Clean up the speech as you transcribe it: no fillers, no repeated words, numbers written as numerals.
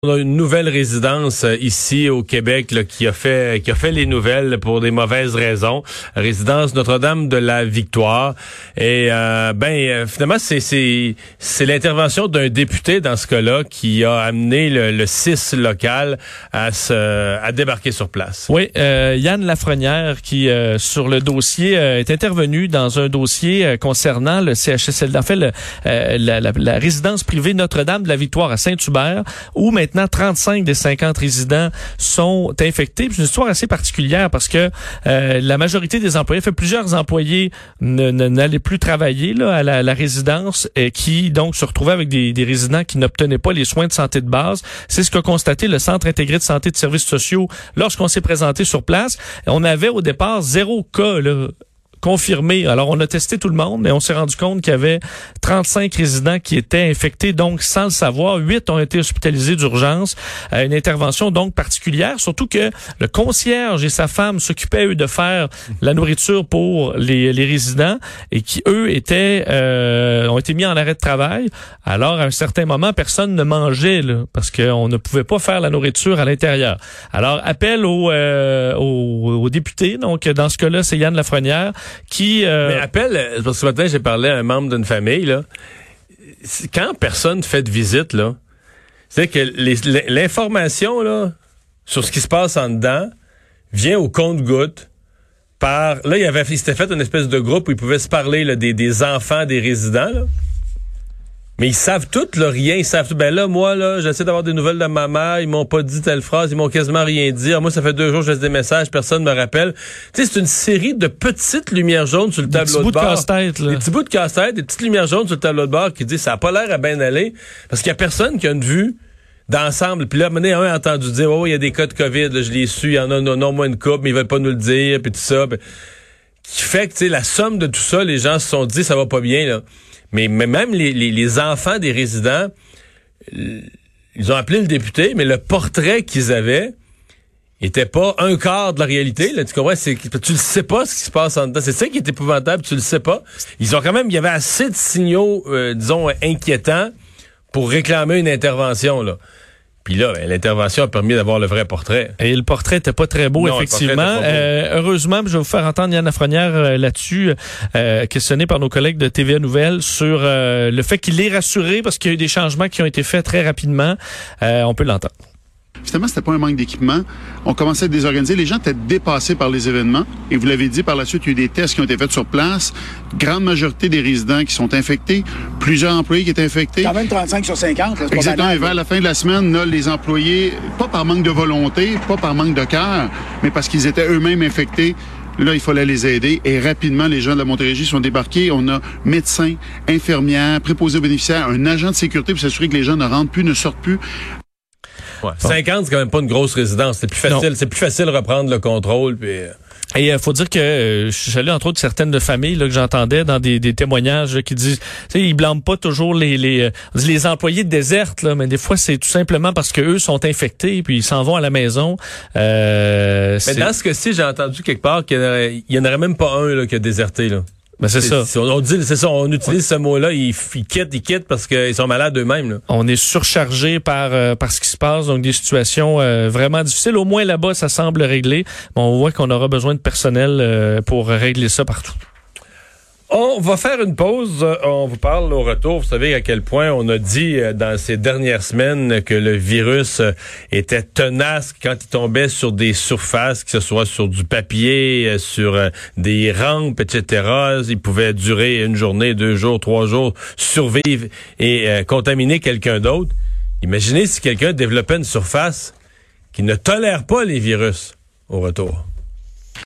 On a une nouvelle résidence ici au Québec là, qui a fait les nouvelles pour des mauvaises raisons. Résidence Notre-Dame de la Victoire. Et finalement, c'est l'intervention d'un député dans ce cas-là qui a amené le CIS local à débarquer sur place. Oui, Yann Lafrenière qui sur le dossier est intervenu dans un dossier concernant le CHSLD, en fait la résidence privée Notre-Dame de la Victoire à Saint-Hubert, où maintenant 35 des 50 résidents sont infectés. C'est une histoire assez particulière parce que la majorité des employés, fait plusieurs employés n'allaient plus travailler là, à la résidence et qui donc se retrouvaient avec des résidents qui n'obtenaient pas les soins de santé de base. C'est ce qu'a constaté le Centre intégré de santé et de services sociaux lorsqu'on s'est présenté sur place. On avait au départ 0 cas là, confirmé. Alors, on a testé tout le monde et on s'est rendu compte qu'il y avait 35 résidents qui étaient infectés, donc sans le savoir. 8 ont été hospitalisés d'urgence. Une intervention donc particulière, surtout que le concierge et sa femme s'occupaient, eux, de faire la nourriture pour les résidents et qui, eux, ont été mis en arrêt de travail. Alors, à un certain moment, personne ne mangeait là, parce qu'on ne pouvait pas faire la nourriture à l'intérieur. Alors, appel aux députés. Donc, dans ce cas-là, c'est Yann Lafrenière qui Mais appelle, parce que ce matin j'ai parlé à un membre d'une famille là. Quand personne fait de visite là, c'est que l'information là sur ce qui se passe en dedans vient au compte-gouttes par là il s'était fait une espèce de groupe où ils pouvaient se parler là, des enfants des résidents là. Mais ils savent tout, là, rien, ils savent tout. Ben là, moi, là, j'essaie d'avoir des nouvelles de ma mère, ils m'ont pas dit telle phrase, ils m'ont quasiment rien dit. Alors, moi, ça fait 2 jours que je laisse des messages, personne me rappelle. Tu sais, c'est une série de petites lumières jaunes sur le tableau de bord. Des petits bouts de casse-tête, des petites lumières jaunes sur le tableau de bord qui disent ça a pas l'air à bien aller, parce qu'il y a personne qui a une vue d'ensemble. Puis là, un a entendu dire, il y a des cas de COVID, là, je l'ai su, il y en a non moins une couple, mais ils veulent pas nous le dire, puis tout ça. Puis, qui fait que, tu sais, la somme de tout ça, les gens se sont dit, ça va pas bien, là. Mais même les enfants des résidents, ils ont appelé le député, mais le portrait qu'ils avaient était pas un quart de la réalité. Là, tu comprends? Tu le sais pas ce qui se passe en dedans. C'est ça qui est épouvantable, tu le sais pas. Il y avait assez de signaux, disons, inquiétants pour réclamer une intervention, là. Puis là, l'intervention a permis d'avoir le vrai portrait. Et le portrait était pas très beau, non, effectivement. Heureusement, je vais vous faire entendre Yann Lafrenière là-dessus, questionné par nos collègues de TVA Nouvelles sur le fait qu'il est rassuré parce qu'il y a eu des changements qui ont été faits très rapidement. On peut l'entendre. Finalement, c'était pas un manque d'équipement. On commençait à désorganiser. Les gens étaient dépassés par les événements. Et vous l'avez dit, par la suite, il y a eu des tests qui ont été faits sur place. Grande majorité des résidents qui sont infectés. Plusieurs employés qui étaient infectés. Quand même 35 sur 50. Là, exactement. Et vers la fin de la semaine, là, les employés, pas par manque de volonté, pas par manque de cœur, mais parce qu'ils étaient eux-mêmes infectés. Là, il fallait les aider. Et rapidement, les gens de la Montérégie sont débarqués. On a médecins, infirmières, préposés aux bénéficiaires, un agent de sécurité pour s'assurer que les gens ne rentrent plus, ne sortent plus. Ouais. 50, c'est quand même pas une grosse résidence. C'est plus facile. C'est plus facile de reprendre le contrôle. Puis... Et il faut dire que je suis allé entre autres certaines familles là, que j'entendais dans des témoignages là, qui disent, tu sais, ils blâment pas toujours les employés désertent là, mais des fois c'est tout simplement parce que eux sont infectés puis ils s'en vont à la maison. Mais dans ce cas-ci, j'ai entendu quelque part qu'il y en aurait même pas un là, qui a déserté là. Ben c'est ça. On utilise ce mot-là, ils quittent parce qu'ils sont malades eux-mêmes. Là. On est surchargé par ce qui se passe, donc des situations vraiment difficiles. Au moins là-bas, ça semble réglé. Mais on voit qu'on aura besoin de personnel pour régler ça partout. On va faire une pause. On vous parle au retour. Vous savez à quel point on a dit dans ces dernières semaines que le virus était tenace quand il tombait sur des surfaces, que ce soit sur du papier, sur des rampes, etc. Il pouvait durer 1 journée, 2 jours, 3 jours, survivre et contaminer quelqu'un d'autre. Imaginez si quelqu'un développait une surface qui ne tolère pas les virus. Au retour.